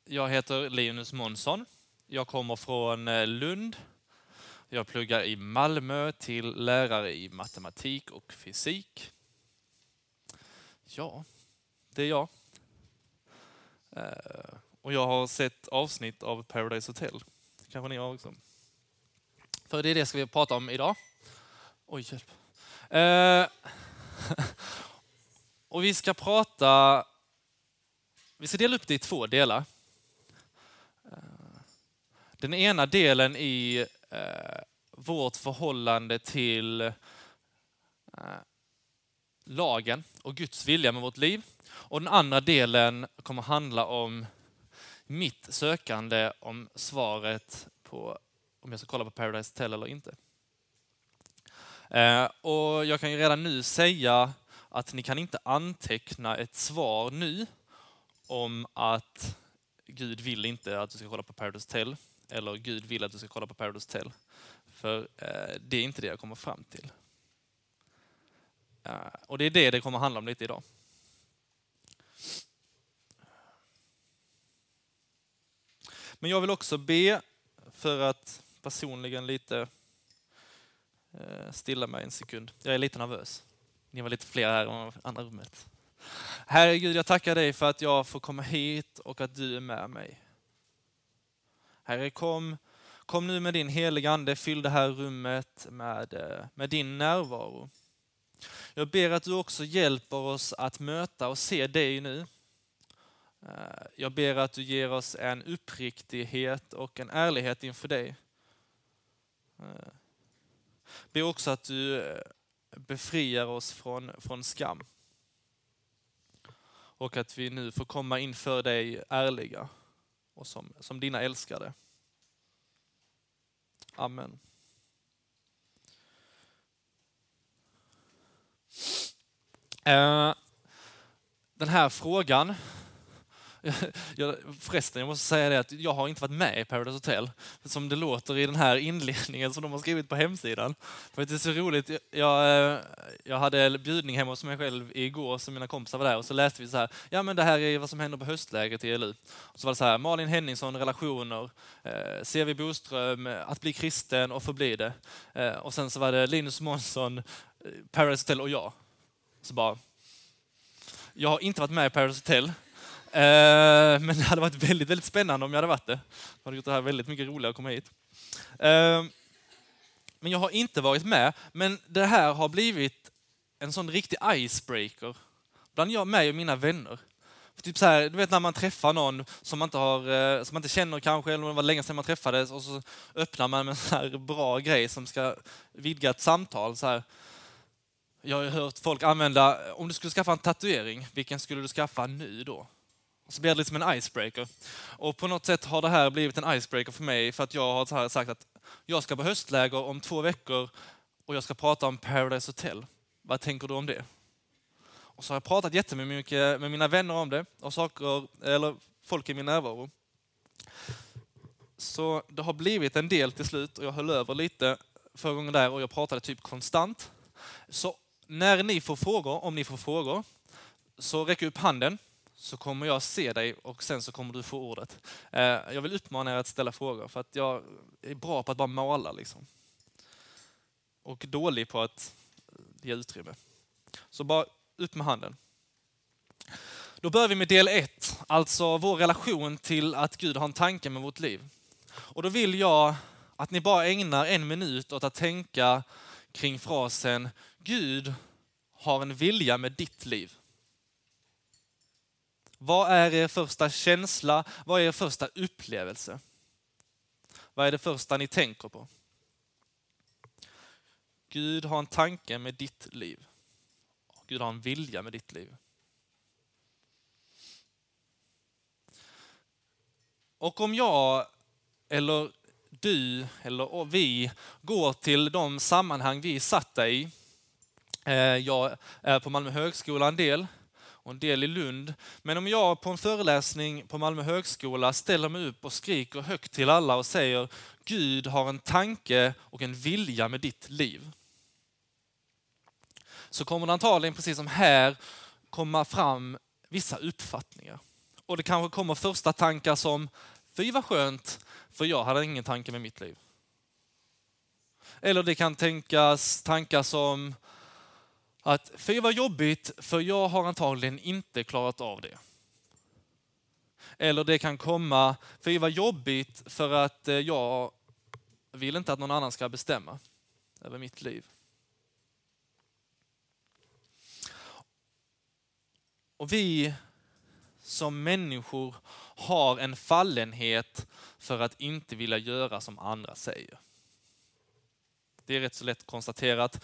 Jag heter Linus Månsson. Jag kommer från Lund. Jag pluggar i Malmö till lärare i matematik och fysik. Ja, det är jag. Och jag har sett avsnitt av Paradise Hotel. Kanske ni har också. För det är det ska vi prata om idag. Oj, hjälp. Och vi ska dela upp det i två delar. Den ena delen i vårt förhållande till lagen och Guds vilja med vårt liv. Och den andra delen kommer handla om mitt sökande om svaret på om jag ska kolla på Paradise Hotel eller inte. Och jag kan ju redan nu säga att ni kan inte anteckna ett svar nu om att Gud vill inte att du ska kolla på Paradise Hotel eller Gud vill att du ska kolla på Paradise Hotel. För det är inte det jag kommer fram till. Och det är det kommer handla om lite idag. Men jag vill också be för att personligen lite stilla mig en sekund. Jag är lite nervös. Ni var lite fler här i andra rummet. Herre Gud, jag tackar dig för att jag får komma hit och att du är med mig. Herre, kom nu med din heliga ande, fyll det här rummet med din närvaro. Jag ber att du också hjälper oss att möta och se dig nu. Jag ber att du ger oss en uppriktighet och en ärlighet inför dig. Ber också att du befriar oss från skam. Och att vi nu får komma inför dig ärliga och som dina älskade. Amen. Den här frågan, jag måste säga det att jag har inte varit med i Paradise Hotel som det låter i den här inledningen som de har skrivit på hemsidan. För det är så roligt, jag hade bjudning hemma hos mig själv igår som mina kompisar var där och så läste vi så här, ja men det här är vad som händer på höstlägret i ELU. Och så var det så här, Malin Henningsson, relationer, C.V. Boström, att bli kristen och förbli det. Och sen så var det Linus Månsson, Paradise Hotel och jag. Så bara, jag har inte varit med i Paradise Hotel. Men det hade varit väldigt, väldigt spännande om jag hade varit det. Jag hade gjort det här väldigt mycket roligare att komma hit. Men jag har inte varit med. Men det här har blivit en sån riktig icebreaker bland mig och mina vänner. För typ så här, du vet när man träffar någon som man inte känner kanske, eller det var länge sedan man träffades, och så öppnar man med en sån här bra grej som ska vidga ett samtal. Så här. Jag har hört folk använda, om du skulle skaffa en tatuering, vilken skulle du skaffa nu då? Så blir det lite som en icebreaker. Och på något sätt har det här blivit en icebreaker för mig för att jag har sagt att jag ska på höstläger om 2 veckor och jag ska prata om Paradise Hotel. Vad tänker du om det? Och så har jag pratat jättemycket med mina vänner om det och folk i min närvaro. Så det har blivit en del till slut och jag höll över lite förra gången där och jag pratade typ konstant. Så när ni får frågor, om ni får frågor, så räck upp handen. Så kommer jag se dig och sen så kommer du få ordet. Jag vill uppmana er att ställa frågor för att jag är bra på att bara måla liksom. Och dålig på att ge utrymme. Så bara upp med handen. Då börjar vi med del 1, alltså vår relation till att Gud har en tanke med vårt liv. Och då vill jag att ni bara ägnar 1 minut åt att tänka kring frasen Gud har en vilja med ditt liv. Vad är er första känsla? Vad är er första upplevelse? Vad är det första ni tänker på? Gud har en tanke med ditt liv. Gud har en vilja med ditt liv. Och om jag eller du eller vi går till de sammanhang vi är satta i. Jag är på Malmö högskola en del. Och en del i Lund. Men om jag på en föreläsning på Malmö högskola ställer mig upp och skriker högt till alla och säger Gud har en tanke och en vilja med ditt liv. Så kommer det antagligen, precis som här, komma fram vissa uppfattningar. Och det kanske kommer första tankar som, fy vad skönt, för jag hade ingen tanke med mitt liv. Eller det kan tänkas tankar som att fy vad jobbigt, för jag har antagligen inte klarat av det. Eller det kan komma, fy vad jobbigt, för att jag vill inte att någon annan ska bestämma över mitt liv. Och vi som människor har en fallenhet för att inte vilja göra som andra säger. Det är rätt så lätt konstaterat.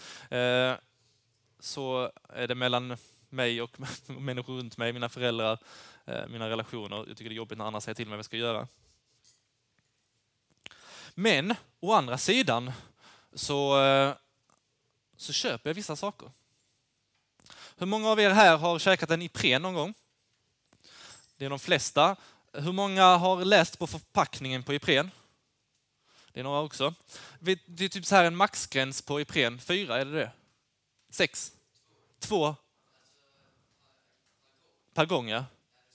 Så är det mellan mig och människor runt mig, mina föräldrar, mina relationer. Jag tycker det är jobbigt när andra säger till mig vad jag ska göra. Men å andra sidan så köper jag vissa saker. Hur många av er här har käkat en Ipren någon gång? Det är de flesta. Hur många har läst på förpackningen på Ipren? Det är några också. Det är typ så här en maxgräns på Ipren. 4, är det? 6? 2? Per gång, ja.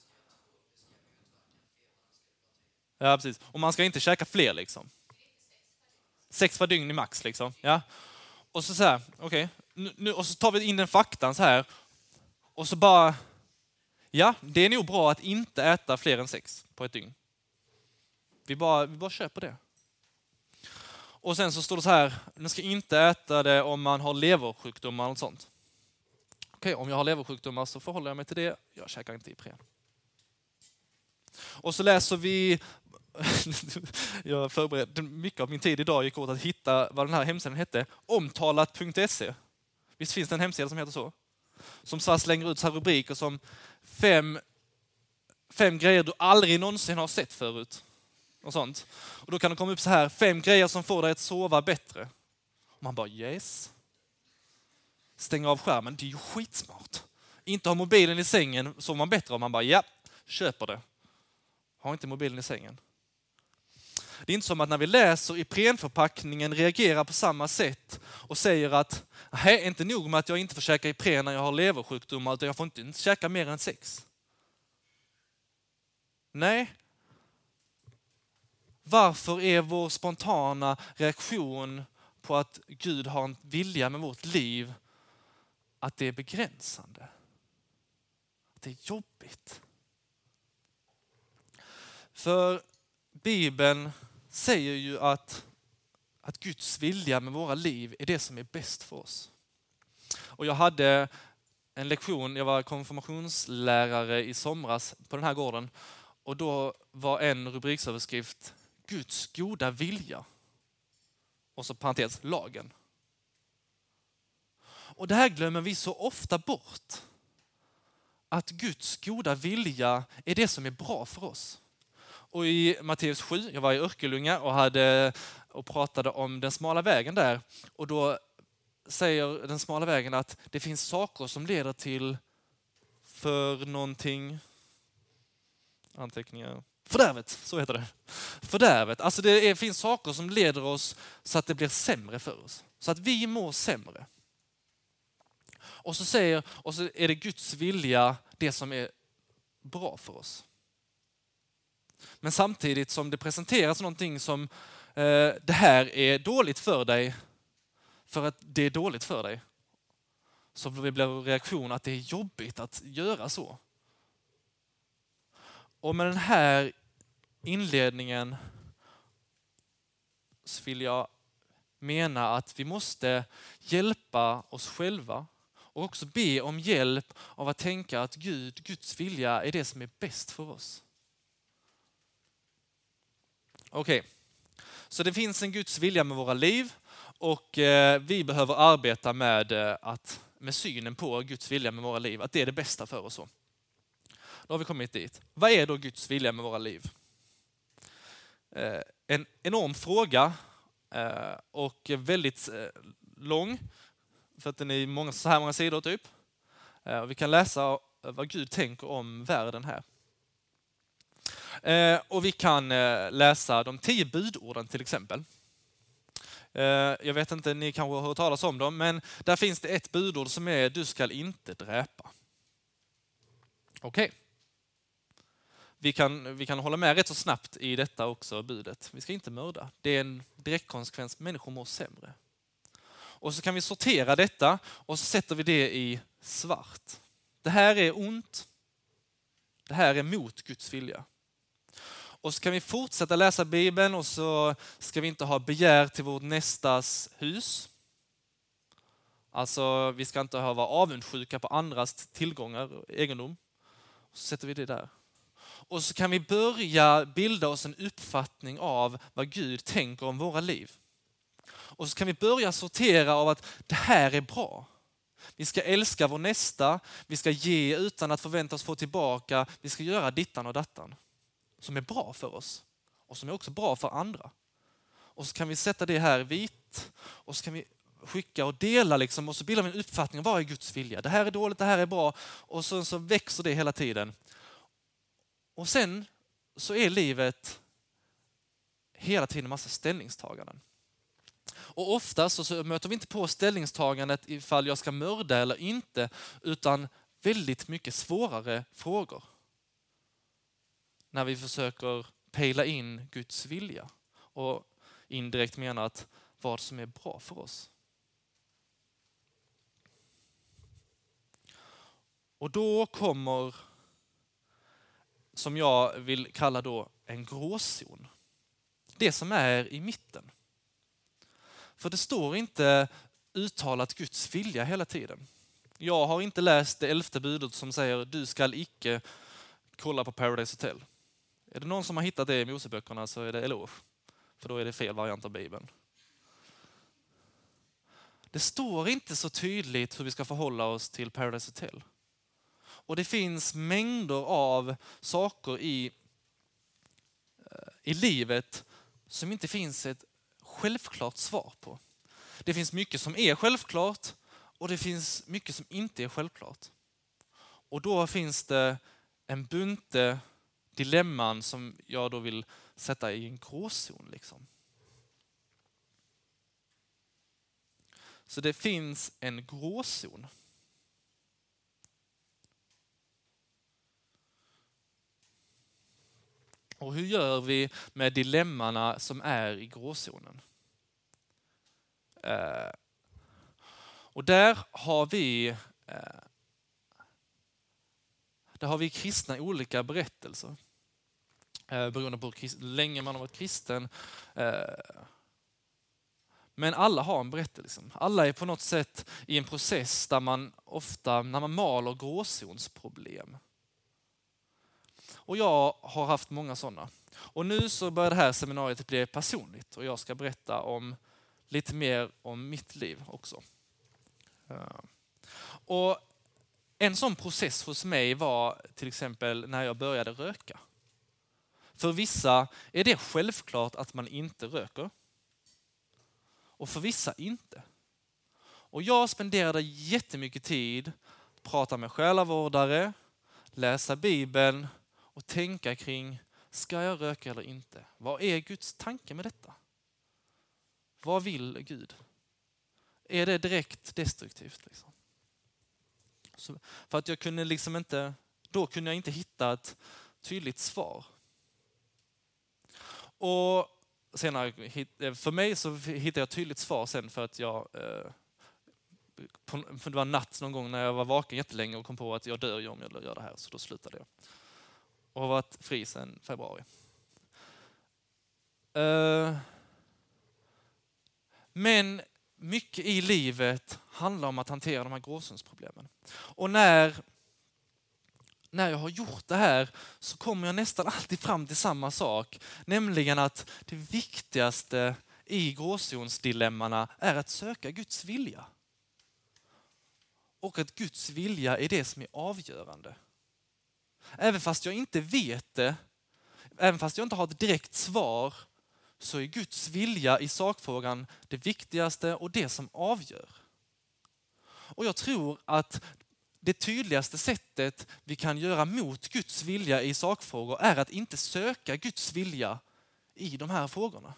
Ja, precis. Och man ska inte käka fler liksom. 6 per dygn i max liksom. Ja. Och så här, okej. Nu, och så tar vi in den faktan så här. Och så bara, ja, det är nog bra att inte äta fler än 6 på ett dygn. Vi bara köper det. Och sen så står det så här, man ska inte äta det om man har leversjukdomar eller något sånt. Okej, om jag har leversjukdomar så förhåller jag mig till det. Jag käkar inte Ipren. Och så läser vi, jag förberedde mycket av min tid idag gick åt att hitta vad den här hemsidan hette, omtalat.se. Visst finns det en hemsida som heter så? Som så slänger ut så här rubriker som 5 grejer du aldrig någonsin har sett förut. Och sånt. Och då kan det komma upp så här, 5 grejer som får dig att sova bättre. Och man bara, yes. Stänga av skärmen, det är ju skitsmart. Inte ha mobilen i sängen, sover man bättre om man bara, ja, köper det. Ha inte mobilen i sängen. Det är inte som att när vi läser Iprenförpackningen reagerar på samma sätt och säger att nej, inte nog med att jag inte får käka Ipren när jag har leversjukdomar, utan jag får inte käka mer än 6. Nej. Varför är vår spontana reaktion på att Gud har en vilja med vårt liv att det är begränsande? Att det är jobbigt? För Bibeln säger ju att Guds vilja med våra liv är det som är bäst för oss. Och jag hade en lektion, jag var konfirmationslärare i somras på den här gården. Och då var en rubriksöverskrift Guds goda vilja. Och så parentes, lagen. Och det här glömmer vi så ofta bort. Att Guds goda vilja är det som är bra för oss. Och i Matteus 7, jag var i Örkelljunga och pratade om den smala vägen där. Och då säger den smala vägen att det finns saker som leder till för någonting. Anteckningar. Fördärvet, så heter det. Fördärvet. Alltså finns saker som leder oss så att det blir sämre för oss. Så att vi mår sämre. Och så är det Guds vilja det som är bra för oss. Men samtidigt som det presenteras någonting som det här är dåligt för dig för att det är dåligt för dig. Så blir reaktion att det är jobbigt att göra så. Och med den här inledningen så vill jag mena att vi måste hjälpa oss själva och också be om hjälp av att tänka att Guds vilja är det som är bäst för oss. Okej, så det finns en Guds vilja med våra liv och vi behöver arbeta med synen på Guds vilja med våra liv, att det är det bästa för oss. Då har vi kommit dit. Vad är då Guds vilja med våra liv? En enorm fråga och väldigt lång, för att den är så här många sidor typ. Vi kan läsa vad Gud tänker om världen här. Och vi kan läsa de 10 budorden till exempel. Jag vet inte, ni kanske har hört talas om dem, men där finns det ett budord som är du ska inte dräpa. Okej. vi kan hålla med rätt så snabbt i detta också, budet. Vi ska inte mörda. Det är en direkt konsekvens. Människor mår sämre. Och så kan vi sortera detta och så sätter vi det i svart. Det här är ont. Det här är mot Guds vilja. Och så kan vi fortsätta läsa Bibeln och så ska vi inte ha begär till vårt nästas hus. Alltså vi ska inte vara avundsjuka på andras tillgångar och egendom. Och så sätter vi det där. Och så kan vi börja bilda oss en uppfattning av vad Gud tänker om våra liv. Och så kan vi börja sortera av att det här är bra. Vi ska älska vår nästa, vi ska ge utan att förvänta oss få tillbaka. Vi ska göra dittan och dattan som är bra för oss och som är också bra för andra. Och så kan vi sätta det här vitt och så kan vi skicka och dela liksom, och så bildar vi en uppfattning om vad är Guds vilja. Det här är dåligt, det här är bra och så växer det hela tiden. Och sen så är livet hela tiden en massa ställningstaganden. Och ofta så möter vi inte på ställningstagandet ifall jag ska mörda eller inte, utan väldigt mycket svårare frågor. När vi försöker pejla in Guds vilja och indirekt menar att vad som är bra för oss. Och då kommer, som jag vill kalla då, en gråzon. Det som är i mitten. För det står inte uttalat Guds vilja hela tiden. Jag har inte läst det 11:e budet som säger du ska icke kolla på Paradise Hotel. Är det någon som har hittat det i Moseböckerna så är det eloge. För då är det fel variant av Bibeln. Det står inte så tydligt hur vi ska förhålla oss till Paradise Hotel. Och det finns mängder av saker i livet som inte finns ett självklart svar på. Det finns mycket som är självklart och det finns mycket som inte är självklart. Och då finns det en bunte dilemman som jag då vill sätta i en gråzon. Liksom. Så det finns en gråzon. Och hur gör vi med dilemmana som är i gråzonen? Och där har vi kristna olika berättelser. Beroende på hur länge man har varit kristen. Men alla har en berättelse. Alla är på något sätt i en process där man ofta, när man maler gråzonsproblem. Och jag har haft många sådana. Och nu så börjar det här seminariet bli personligt. Och jag ska berätta om lite mer om mitt liv också. Och en sån process hos mig var till exempel när jag började röka. För vissa är det självklart att man inte röker. Och för vissa inte. Och jag spenderade jättemycket tid att prata med själavårdare, läsa Bibeln och tänka kring, ska jag röka eller inte? Vad är Guds tanke med detta? Vad vill Gud? Är det direkt destruktivt? Liksom? Så, för att jag kunde liksom inte, då kunde jag inte hitta ett tydligt svar. Och senare, för mig så hittade jag ett tydligt svar sen för att för det var natt någon gång när jag var vaken jättelänge och kom på att jag dör ju om jag gör det här, så då slutade jag. Och har varit fri sedan februari. Men mycket i livet handlar om att hantera de här gråzonsproblemen. Och när jag har gjort det här så kommer jag nästan alltid fram till samma sak. Nämligen att det viktigaste i gråzonsdilemmana är att söka Guds vilja. Och att Guds vilja är det som är avgörande. Även fast jag inte vet det, även fast jag inte har ett direkt svar, så är Guds vilja i sakfrågan det viktigaste och det som avgör. Och jag tror att det tydligaste sättet vi kan göra mot Guds vilja i sakfrågor är att inte söka Guds vilja i de här frågorna.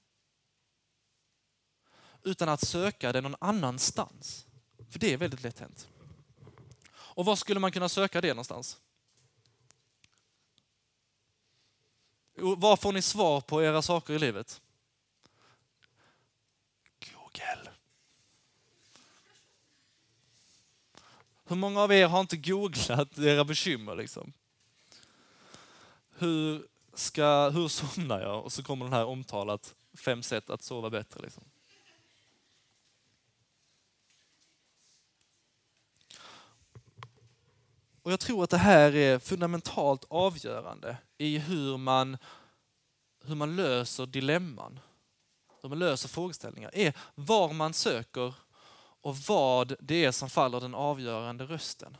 Utan att söka det någon annanstans. För det är väldigt lätt hänt. Och var skulle man kunna söka det någonstans? Vad får ni svar på era saker i livet? Google. Hur många av er har inte googlat era bekymmer liksom? Hur somnar jag? Och så kommer den här omtalat 5 sätt att sova bättre liksom. Och jag tror att det här är fundamentalt avgörande i hur man löser dilemman. Hur man löser frågeställningar. Är var man söker och vad det är som faller den avgörande rösten.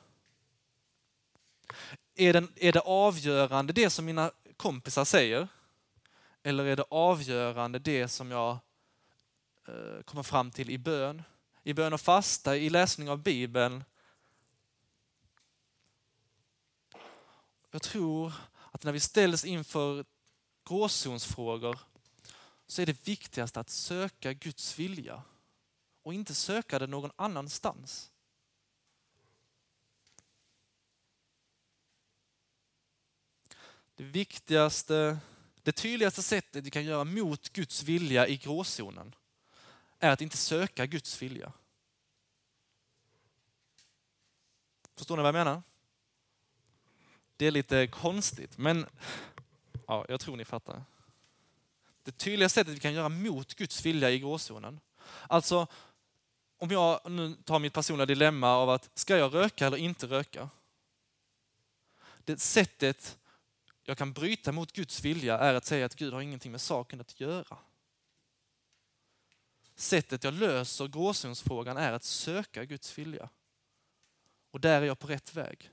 Är det avgörande det som mina kompisar säger? Eller är det avgörande det som jag kommer fram till i bön? I bön och fasta, i läsning av Bibeln. Jag tror att när vi ställs inför gråzonsfrågor så är det viktigast att söka Guds vilja och inte söka det någon annanstans. Det tydligaste sättet vi kan göra mot Guds vilja i gråzonen är att inte söka Guds vilja. Förstår ni vad jag menar? Det är lite konstigt, men ja, jag tror ni fattar. Det tydliga sättet vi kan göra mot Guds vilja i gråzonen. Alltså, om jag nu tar mitt personliga dilemma av att ska jag röka eller inte röka? Det sättet jag kan bryta mot Guds vilja är att säga att Gud har ingenting med saken att göra. Sättet jag löser gråzonsfrågan är att söka Guds vilja. Och där är jag på rätt väg.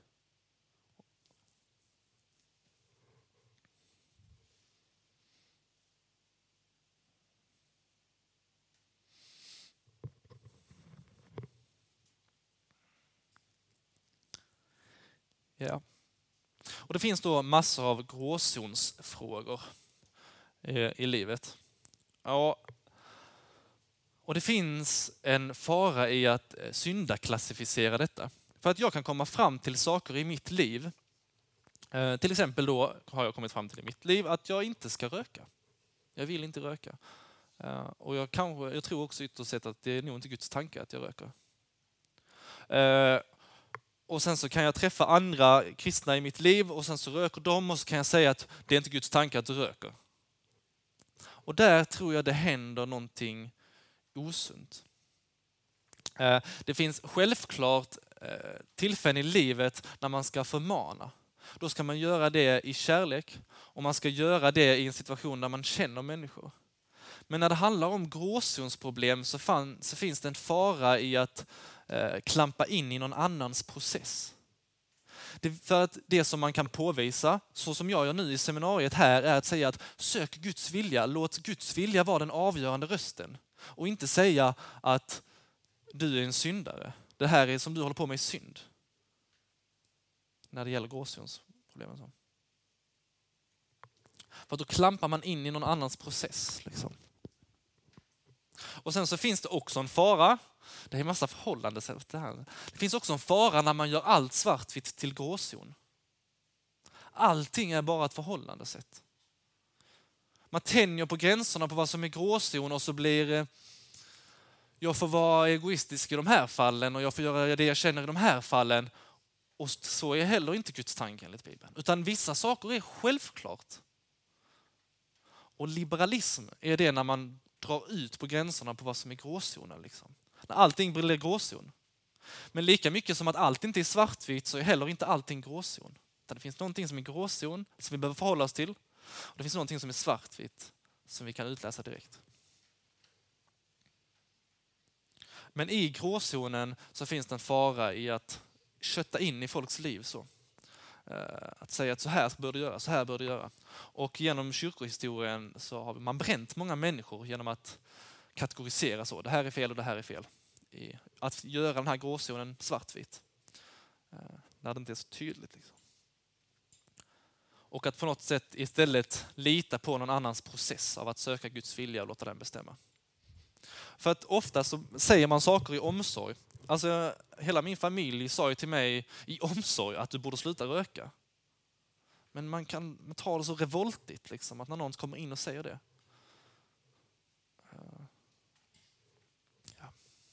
Ja. Och det finns då massor av gråzonsfrågor i livet. Ja. Och det finns en fara i att syndaklassificera detta. För att jag kan komma fram till saker i mitt liv. Till exempel då har jag kommit fram till i mitt liv att jag inte ska röka. Jag vill inte röka. Och jag tror också ytterst sett att det är nog inte Guds tanke att jag röker. Och sen så kan jag träffa andra kristna i mitt liv och sen så röker de och så kan jag säga att det är inte Guds tanke att du röker. Och där tror jag det händer någonting osunt. Det finns självklart tillfällen i livet när man ska förmana. Då ska man göra det i kärlek och man ska göra det i en situation där man känner människor. Men när det handlar om gråzonsproblem så finns det en fara i att klampa in i någon annans process. För att det som man kan påvisa, så som jag gör nu i seminariet här, är att säga att sök Guds vilja, låt Guds vilja vara den avgörande rösten. Och inte säga att du är en syndare. Det här är som du håller på med synd. När det gäller gråzonsproblemen. För då klampar man in i någon annans process. Liksom. Och sen så finns det också en fara. Det är en massa förhållanden. Det finns också en fara när man gör allt svartvitt till gråzon. Allting är bara ett förhållandesätt. Man tänjer på gränserna på vad som är gråzon och så blir jag får vara egoistisk i de här fallen och jag får göra det jag känner i de här fallen. Och så är heller inte Guds tanke enligt Bibeln. Utan vissa saker är självklart. Och liberalism är det när man drar ut på gränserna på vad som är gråzonen. Liksom. När allting blir gråzon. Men lika mycket som att allt inte är svartvitt så är heller inte allting gråzon. Det finns någonting som är gråzon som vi behöver förhålla oss till. Och det finns någonting som är svartvitt som vi kan utläsa direkt. Men i gråzonen så finns det en fara i att kötta in i folks liv så. Att säga att så här bör du göra, så här bör du göra. Och genom kyrkohistorien så har man bränt många människor genom att kategorisera så. Det här är fel och det här är fel. Att göra den här gråzonen svartvit. När det inte är så tydligt. Liksom. Och att på något sätt istället lita på någon annans process av att söka Guds vilja och låta den bestämma. För att ofta så säger man saker i omsorg. Alltså hela min familj sa ju till mig i omsorg att du borde sluta röka. Men man kan ta det så revoltigt liksom, att när någon kommer in och säger det. Ja.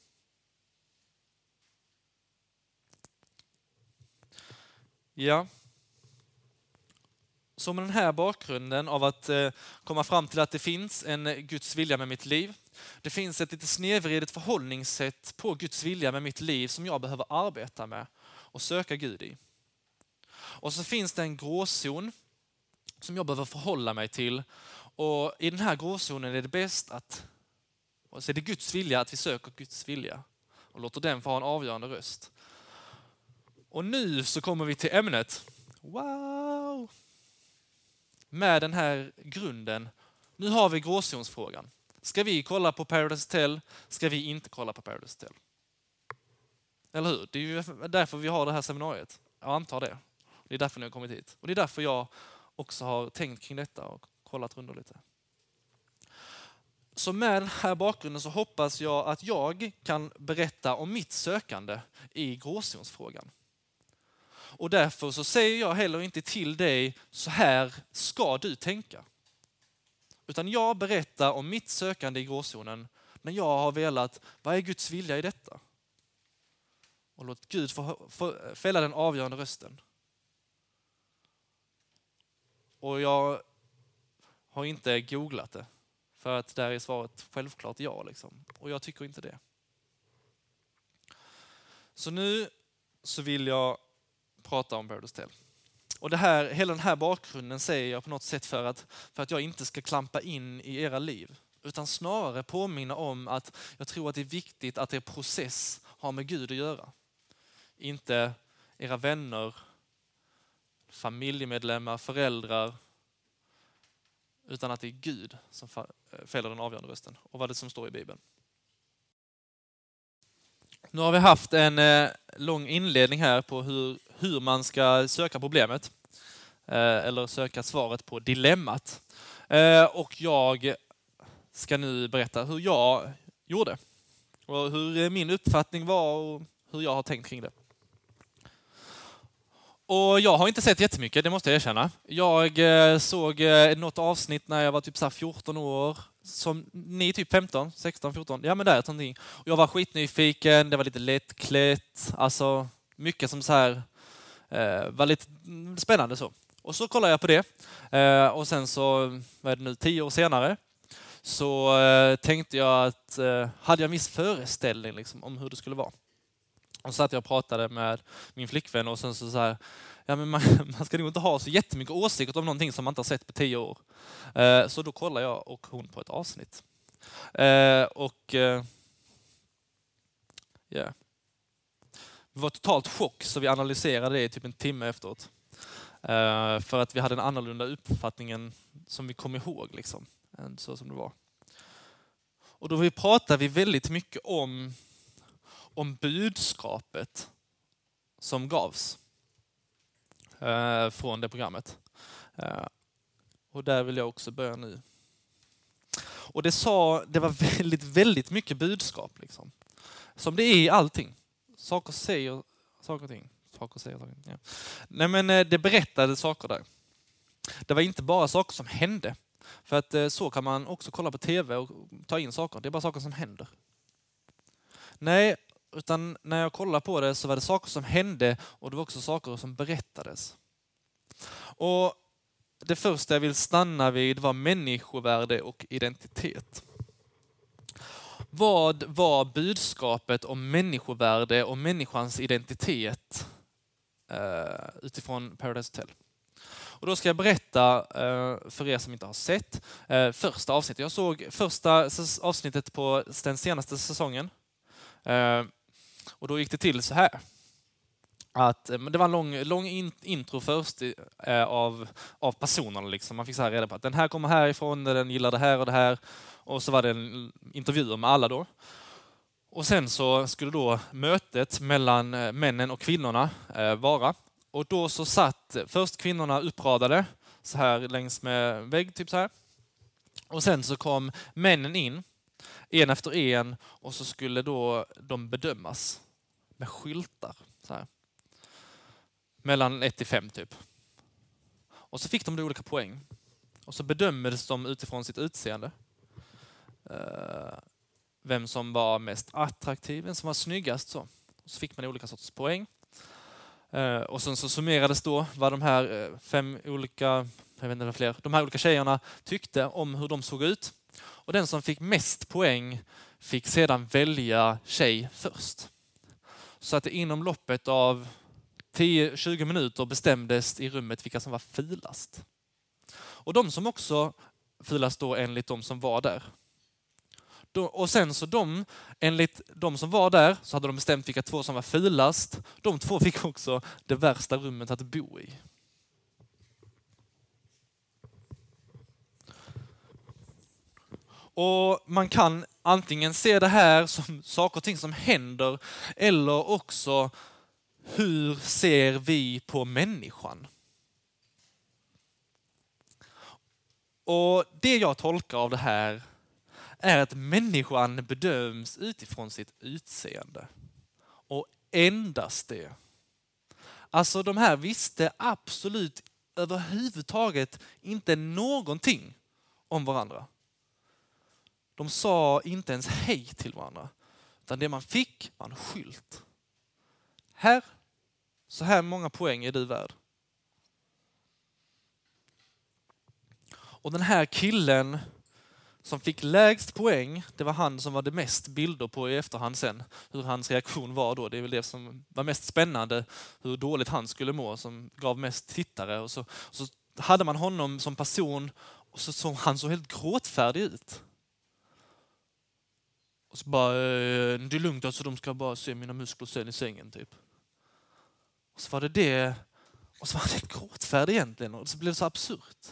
Ja. Så med den här bakgrunden av att komma fram till att det finns en Guds vilja med mitt liv. Det finns ett lite snedvridet förhållningssätt på Guds vilja med mitt liv som jag behöver arbeta med och söka Gud i. Och så finns det en gråzon som jag behöver förhålla mig till. Och i den här gråzonen är det bäst att, och så är det Guds vilja att vi söker Guds vilja och låter den få ha en avgörande röst. Och nu så kommer vi till ämnet. Wow! Med den här grunden. Nu har vi gråzonsfrågan. Ska vi kolla på Paradise Hotel? Ska vi inte kolla på Paradise Hotel? Eller hur? Det är ju därför vi har det här seminariet. Jag antar det. Det är därför ni har kommit hit. Och det är därför jag också har tänkt kring detta och kollat runt lite. Så med den här bakgrunden så hoppas jag att jag kan berätta om mitt sökande i gråzonsfrågan. Och därför så säger jag heller inte till dig, så här ska du tänka. Utan jag berättar om mitt sökande i gråzonen när jag har velat, vad är Guds vilja i detta? Och låt Gud få fälla den avgörande rösten. Och jag har inte googlat det. För att där är svaret självklart ja. Liksom. Och jag tycker inte det. Så nu så vill jag prata om Paradise Hotel. Och hela den här bakgrunden säger jag på något sätt för att jag inte ska klampa in i era liv. Utan snarare påminna om att jag tror att det är viktigt att er process har med Gud att göra. Inte era vänner, familjemedlemmar, föräldrar. Utan att det är Gud som fäller den avgörande rösten. Och vad det som står i Bibeln. Nu har vi haft en lång inledning här på hur man ska söka problemet. Eller söka svaret på dilemmat. Och jag ska nu berätta hur jag gjorde. Och hur min uppfattning var och hur jag har tänkt kring det. Och jag har inte sett jättemycket, det måste jag erkänna. Jag såg något avsnitt när jag var typ så här 14 år. Som ni typ 15, 16, 14. Ja men där någonting. Och jag var skitnyfiken, det var lite lättklätt. Alltså mycket som så här var lite spännande så. Och så kollade jag på det. Och sen så, vad är det nu, 10 år senare. Så tänkte jag att, hade jag en viss föreställning liksom, om hur det skulle vara. Och så satt jag och pratade med min flickvän och sen så här, ja men man ska nog inte ha så jättemycket åsikter om någonting som man inte har sett på 10 år. Så då kollar jag och hon på ett avsnitt. Vi var totalt chock så vi analyserade det i typ en timme efteråt. För att vi hade en annorlunda uppfattning än som vi kom ihåg liksom, än så som det var. Och då pratade vi väldigt mycket om budskapet som gavs från det programmet. Och där vill jag också börja nu. Och det var väldigt, väldigt mycket budskap. Liksom. Som det är i allting. Saker säger saker och ting. Ja. Nej, men det berättade saker där. Det var inte bara saker som hände. För att så kan man också kolla på tv och ta in saker. Det är bara saker som händer. Nej, utan när jag kollade på det så var det saker som hände och det var också saker som berättades. Och det första jag vill stanna vid var människovärde och identitet. Vad var budskapet om människovärde och människans identitet utifrån Paradise Hotel? Och då ska jag berätta för er som inte har sett första avsnittet. Jag såg första avsnittet på den senaste säsongen. Och då gick det till så här. Att det var en lång intro först av personerna. Liksom. Man fick så här reda på att den här kommer härifrån, den gillar det här och det här. Och så var det en intervju med alla då. Och sen så skulle då mötet mellan männen och kvinnorna vara. Och då så satt först kvinnorna uppradade så här längs med vägg typ så här. Och sen så kom männen in en efter en och så skulle då de bedömas med skyltar så här. Mellan 1 till 5 typ. Och så fick de olika poäng. Och så bedömdes de utifrån sitt utseende. Vem som var mest attraktiv, vem som var snyggast. Så fick man olika sorters poäng. Och sen så summerades då vad de här 5 olika, jag vet inte vad fler, de här olika tjejerna tyckte om hur de såg ut. Och den som fick mest poäng fick sedan välja tjej först. Så att det inom loppet av 10-20 minuter bestämdes i rummet vilka som var filast. Och de som också filast då enligt de som var där. Och sen så enligt de som var där så hade de bestämt vilka 2 som var filast. De 2 fick också det värsta rummet att bo i. Och man kan antingen se det här som saker och ting som händer, eller också hur ser vi på människan? Och det jag tolkar av det här är att människan bedöms utifrån sitt utseende. Och endast det. Alltså de här visste absolut överhuvudtaget inte någonting om varandra. De sa inte ens hej till varandra. Utan det man fick var en skylt. Så här många poäng är du värd. Och den här killen som fick lägst poäng, det var han som var det mest bilder på i efterhand sen. Hur hans reaktion var då. Det är väl det som var mest spännande. Hur dåligt han skulle må, som gav mest tittare. Och så hade man honom som person och så såg han så helt gråtfärdig ut. Och så bara, det är lugnt, alltså de ska bara se mina muskler sen i sängen typ. Och så var det. Och så var han helt gråtfärdig egentligen. Och så blev det så absurt.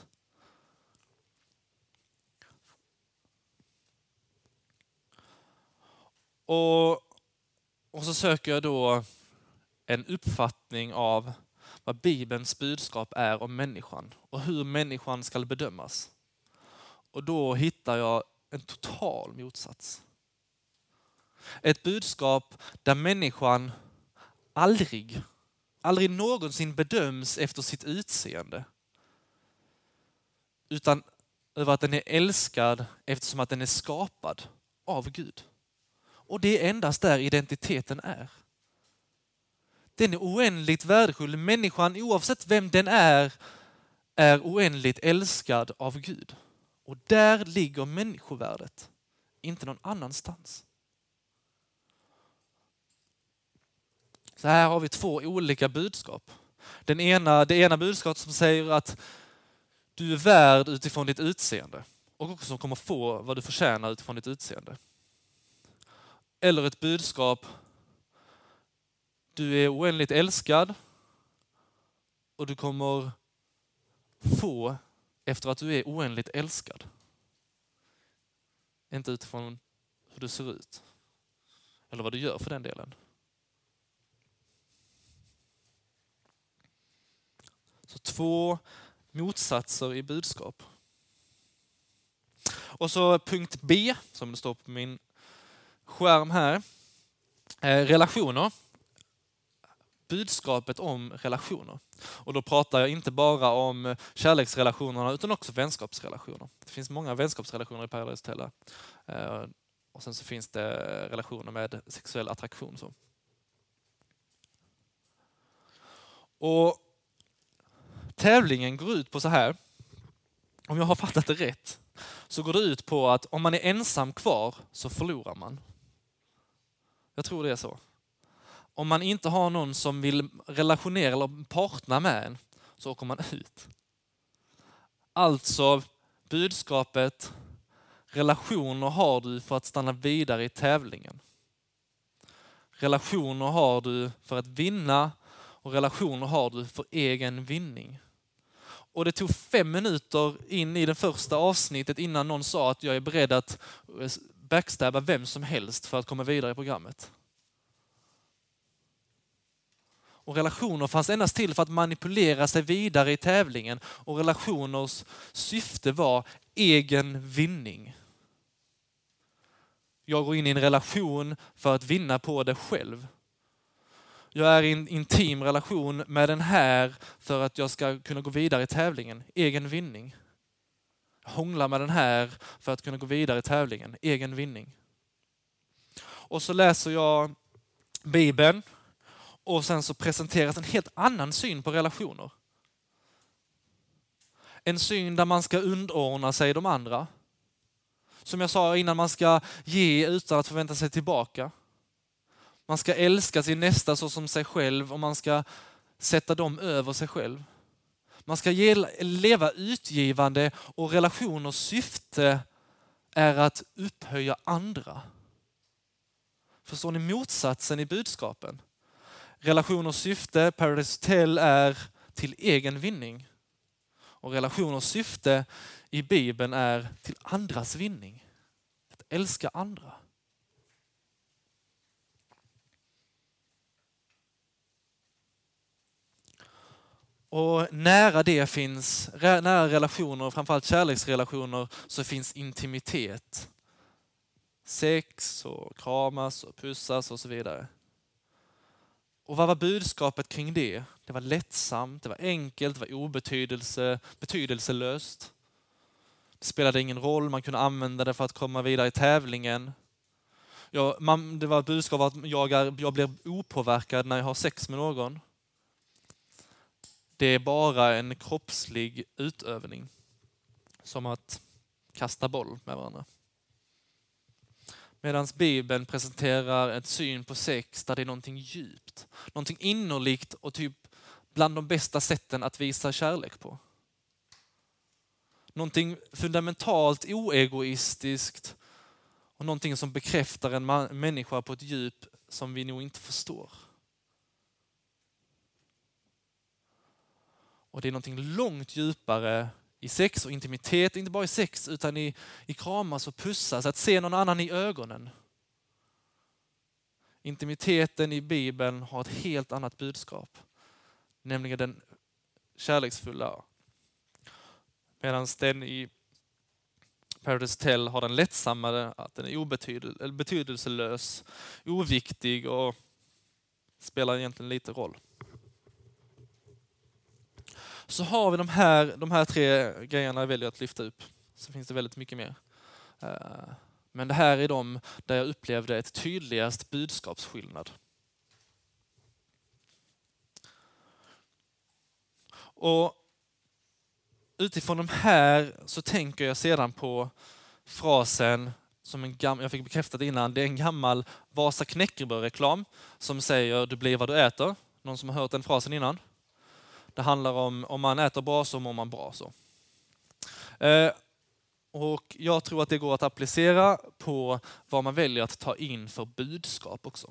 Och så söker jag då en uppfattning av vad Bibelns budskap är om människan. Och hur människan ska bedömas. Och då hittar jag en total motsats. Ett budskap där människan aldrig någonsin bedöms efter sitt utseende. Utan över att den är älskad eftersom att den är skapad av Gud. Och det är endast där identiteten är. Den är oändligt värdefull. Människan, oavsett vem den är oändligt älskad av Gud. Och där ligger människovärdet. Inte någon annanstans. Så här har vi 2 olika budskap. Det ena budskapet som säger att du är värd utifrån ditt utseende. Och också som kommer få vad du förtjänar utifrån ditt utseende. Eller ett budskap, du är oändligt älskad och du kommer få efter att du är oändligt älskad. Inte utifrån hur du ser ut. Eller vad du gör för den delen. Så 2 motsatser i budskap. Och så punkt B, som det står på min skärm här. Relationer. Budskapet om relationer. Och då pratar jag inte bara om kärleksrelationerna utan också vänskapsrelationer. Det finns många vänskapsrelationer i Paradise Hotel. Och sen så finns det relationer med sexuell attraktion. Så. Och tävlingen går ut på så här. Om jag har fattat det rätt så går det ut på att om man är ensam kvar så förlorar man. Jag tror det är så. Om man inte har någon som vill relationera eller partna med en så åker man ut. Alltså budskapet, relationer har du för att stanna vidare i tävlingen. Relationer har du för att vinna och relationer har du för egen vinning. Och det tog 5 minuter in i det första avsnittet innan någon sa att jag är beredd att backstabba vem som helst för att komma vidare i programmet. Och relationer fanns endast till för att manipulera sig vidare i tävlingen. Och relationers syfte var egen vinning. Jag går in i en relation för att vinna på det själv. Jag är i en intim relation med den här för att jag ska kunna gå vidare i tävlingen. Egen vinning. Jag hånglar med den här för att kunna gå vidare i tävlingen. Egen vinning. Och så läser jag Bibeln och sen så presenteras en helt annan syn på relationer. En syn där man ska underordna sig de andra. Som jag sa innan, man ska ge utan att förvänta sig tillbaka. Man ska älska sin nästa så som sig själv och man ska sätta dem över sig själv. Man ska leva utgivande och relationers syfte är att upphöja andra. Förstår ni motsatsen i budskapen? Relationers syfte, Paradise Hotel, är till egen vinning. Och relationers syfte i Bibeln är till andras vinning. Att älska andra. Och nära relationer, framförallt kärleksrelationer, så finns intimitet. Sex och kramas och pussas och så vidare. Och vad var budskapet kring det? Det var lättsamt, det var enkelt, det var betydelselöst. Det spelade ingen roll, man kunde använda det för att komma vidare i tävlingen. Det var ett budskap att jag blir opåverkad när jag har sex med någon. Det är bara en kroppslig utövning. Som att kasta boll med varandra. Medan Bibeln presenterar ett syn på sex där det är någonting djupt. Någonting innerligt och typ bland de bästa sätten att visa kärlek på. Någonting fundamentalt oegoistiskt och någonting som bekräftar en människa på ett djup som vi nog inte förstår. Och det är någonting långt djupare i sex och intimitet, inte bara i sex utan i kramas och pussas, att se någon annan i ögonen. Intimiteten i Bibeln har ett helt annat budskap, nämligen den kärleksfulla. Medan den i Paradise Hotel har den lättsammare, att den är betydelselös, oviktig och spelar egentligen lite roll. Så har vi de här tre grejerna jag väljer att lyfta upp. Så finns det väldigt mycket mer. Men det här är de där jag upplevde ett tydligast budskapsskillnad. Och utifrån de här så tänker jag sedan på frasen som jag fick bekräftat innan. Det är en gammal Vasa knäckebröd-reklam som säger du blir vad du äter. Någon som har hört den frasen innan? Det handlar om man äter bra så mår man bra. Så. Och jag tror att det går att applicera på vad man väljer att ta in för budskap också.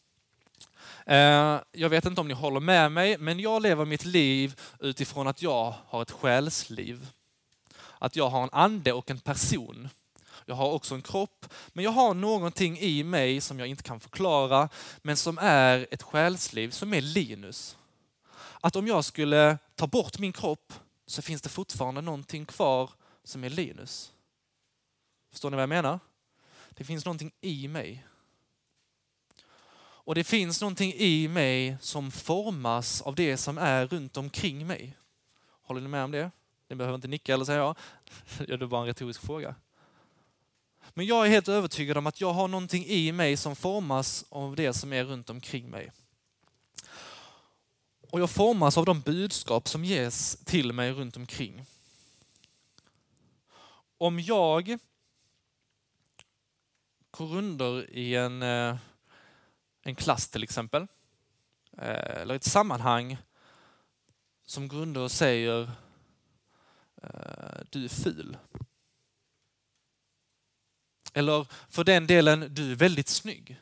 Jag vet inte om ni håller med mig, men jag lever mitt liv utifrån att jag har ett själsliv. Att jag har en ande och en person. Jag har också en kropp, men jag har någonting i mig som jag inte kan förklara, men som är ett själsliv som är Linus. Att om jag skulle ta bort min kropp så finns det fortfarande någonting kvar som är Linus. Förstår ni vad jag menar? Det finns någonting i mig. Och det finns någonting i mig som formas av det som är runt omkring mig. Håller ni med om det? Ni behöver inte nicka eller säga ja. Det är bara en retorisk fråga. Men jag är helt övertygad om att jag har någonting i mig som formas av det som är runt omkring mig. Och jag formas av de budskap som ges till mig runt omkring. Om jag går under i en klass till exempel, eller ett sammanhang som går under och säger du är ful. Eller för den delen, du är väldigt snygg.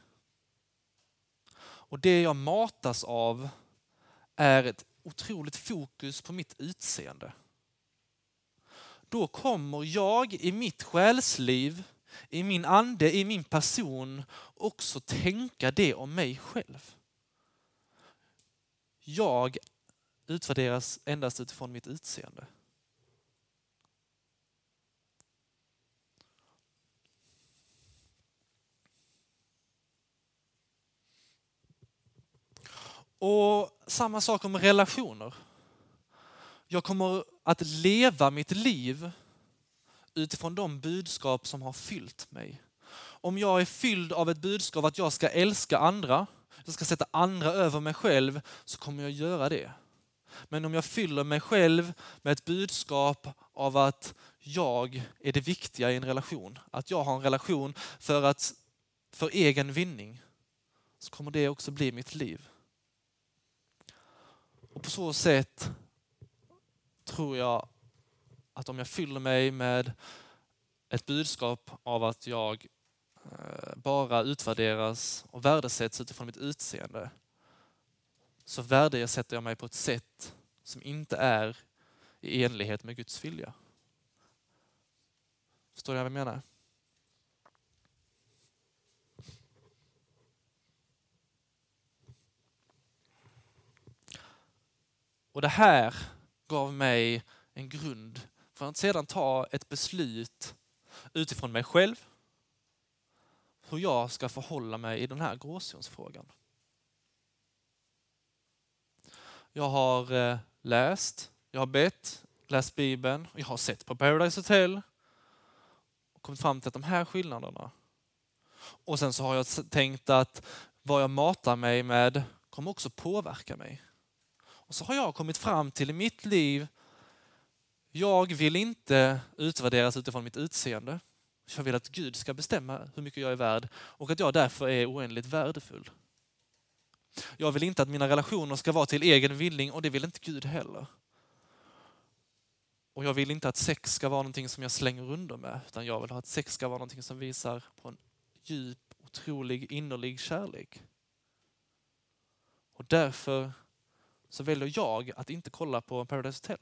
Och det jag matas av är ett otroligt fokus på mitt utseende. Då kommer jag i mitt själsliv, i min ande, i min person också tänka det om mig själv. Jag utvärderas endast utifrån mitt utseende. samma sak om relationer. Jag kommer att leva mitt liv utifrån de budskap som har fyllt mig. Om jag är fylld av ett budskap att jag ska älska andra, jag ska sätta andra över mig själv, så kommer jag göra det. Men om jag fyller mig själv med ett budskap av att jag är det viktiga i en relation, att jag har en relation för egen vinning, så kommer det också bli mitt liv. Och på så sätt tror jag att om jag fyller mig med ett budskap av att jag bara utvärderas och värdesätts utifrån mitt utseende, så värdesätter jag mig på ett sätt som inte är i enlighet med Guds vilja. Förstår du vad jag menar? Och det här gav mig en grund för att sedan ta ett beslut utifrån mig själv, hur jag ska förhålla mig i den här gråzonsfrågan. Jag har läst, jag har bett, läst Bibeln, och jag har sett på Paradise Hotel och kommit fram till att de här skillnaderna. Och sen så har jag tänkt att vad jag matar mig med kommer också påverka mig. Och så har jag kommit fram till i mitt liv, jag vill inte utvärderas utifrån mitt utseende. Jag vill att Gud ska bestämma hur mycket jag är värd och att jag därför är oändligt värdefull. Jag vill inte att mina relationer ska vara till egen vinning, och det vill inte Gud heller. Och jag vill inte att sex ska vara någonting som jag slänger under med, utan jag vill ha att sex ska vara någonting som visar på en djup, otrolig, innerlig kärlek. Och därför så väljer jag att inte kolla på Paradise Hotel.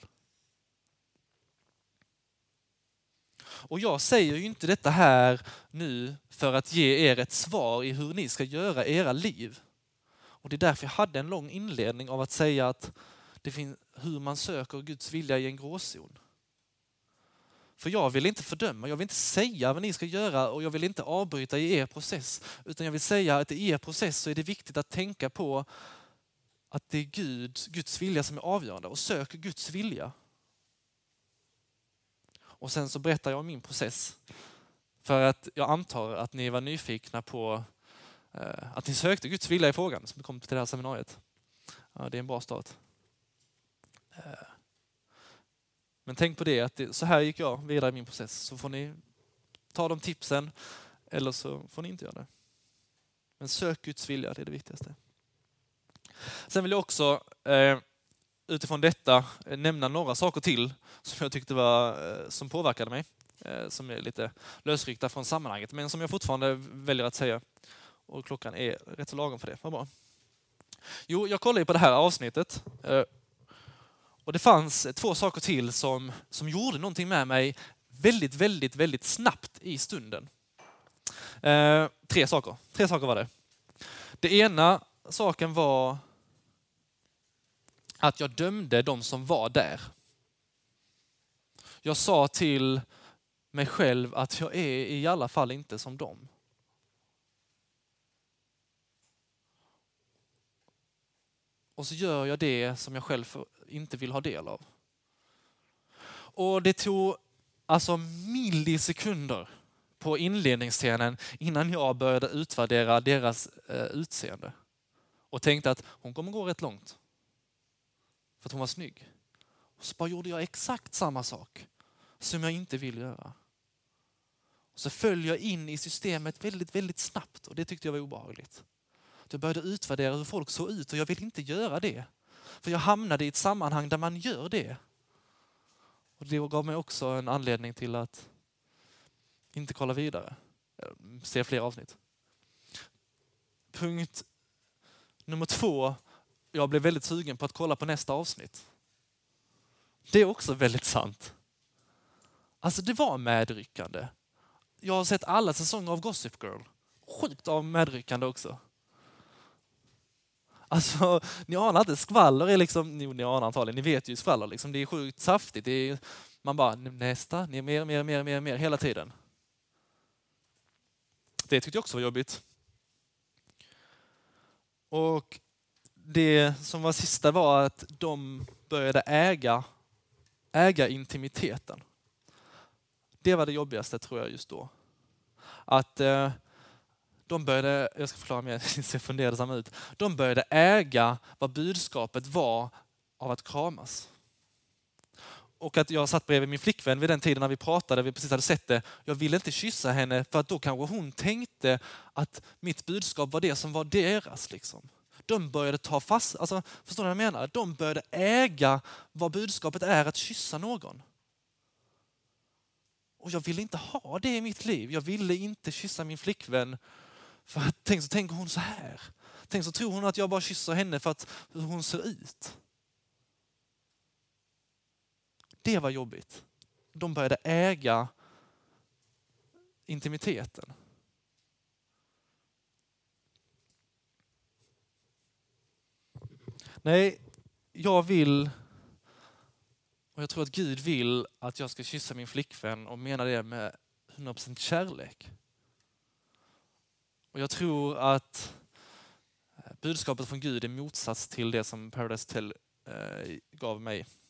Och jag säger ju inte detta här nu för att ge er ett svar i hur ni ska göra era liv. Och det är därför jag hade en lång inledning av att säga att det finns hur man söker Guds vilja i en gråzon. För jag vill inte fördöma, jag vill inte säga vad ni ska göra, och jag vill inte avbryta i er process. Utan jag vill säga att i er process så är det viktigt att tänka på att det är Guds vilja som är avgörande, och sök Guds vilja. Och sen så berättar jag om min process. För att jag antar att ni var nyfikna på att ni sökte Guds vilja i frågan som kom till det här seminariet. Ja, det är en bra start. Men tänk på det, att så här gick jag vidare i min process. Så får ni ta de tipsen, eller så får ni inte göra det. Men sök Guds vilja, det är det viktigaste. Sen vill jag också utifrån detta nämna några saker till som jag tyckte som påverkade mig. Som är lite lösryckta från sammanhanget, men som jag fortfarande väljer att säga. Och klockan är rätt så lagom för det. Vad bra. Jo, jag kollade på det här avsnittet. Och det fanns 2 saker till som gjorde någonting med mig väldigt, väldigt, väldigt snabbt i stunden. 3 saker var det. Det ena saken var att jag dömde de som var där. Jag sa till mig själv att jag är i alla fall inte som dem. Och så gör jag det som jag själv inte vill ha del av. Och det tog alltså millisekunder på inledningsscenen innan jag började utvärdera deras utseende. Och tänkte att hon kommer gå rätt långt. För att hon var snygg. Och så bara gjorde jag exakt samma sak som jag inte vill göra. Och så följer jag in i systemet väldigt, väldigt snabbt. Och det tyckte jag var obehagligt. Jag började utvärdera hur folk såg ut, och jag vill inte göra det. För jag hamnade i ett sammanhang där man gör det. Och det gav mig också en anledning till att inte kolla vidare. Se fler avsnitt. Punkt nummer 2. Jag blev väldigt sugen på att kolla på nästa avsnitt. Det är också väldigt sant. Alltså det var medryckande. Jag har sett alla säsonger av Gossip Girl. Sjukt av medryckande också. Alltså, ni anar inte, skvaller är liksom, ni anar antagligen, ni vet ju skvaller liksom, det är sjukt saftigt, det är, man bara nästa, ni är mer hela tiden. Det tyckte jag också var jobbigt. Och det som var sista var att de började äga intimiteten. Det var det jobbigaste tror jag just då. Att de började, jag ska förklara mer, det ser fundersamma ut. De började äga vad budskapet var av att kramas. Och att jag satt bredvid min flickvän vid den tiden när vi pratade, vi precis hade sett det. Jag ville inte kyssa henne för att då kanske hon tänkte att mitt budskap var det som var deras. Liksom. De började ta fast, alltså, förstår du vad jag menar? De började äga vad budskapet är att kyssa någon. Och jag ville inte ha det i mitt liv. Jag ville inte kyssa min flickvän. För att tänker hon så här. Tänk så tror hon att jag bara kysser henne för att hur hon ser ut. Det var jobbigt. De började äga intimiteten. Nej, jag vill, och jag tror att Gud vill att jag ska kyssa min flickvän och menar det med 100% kärlek. Och jag tror att budskapet från Gud är motsats till det som Paradise Hotel gav mig.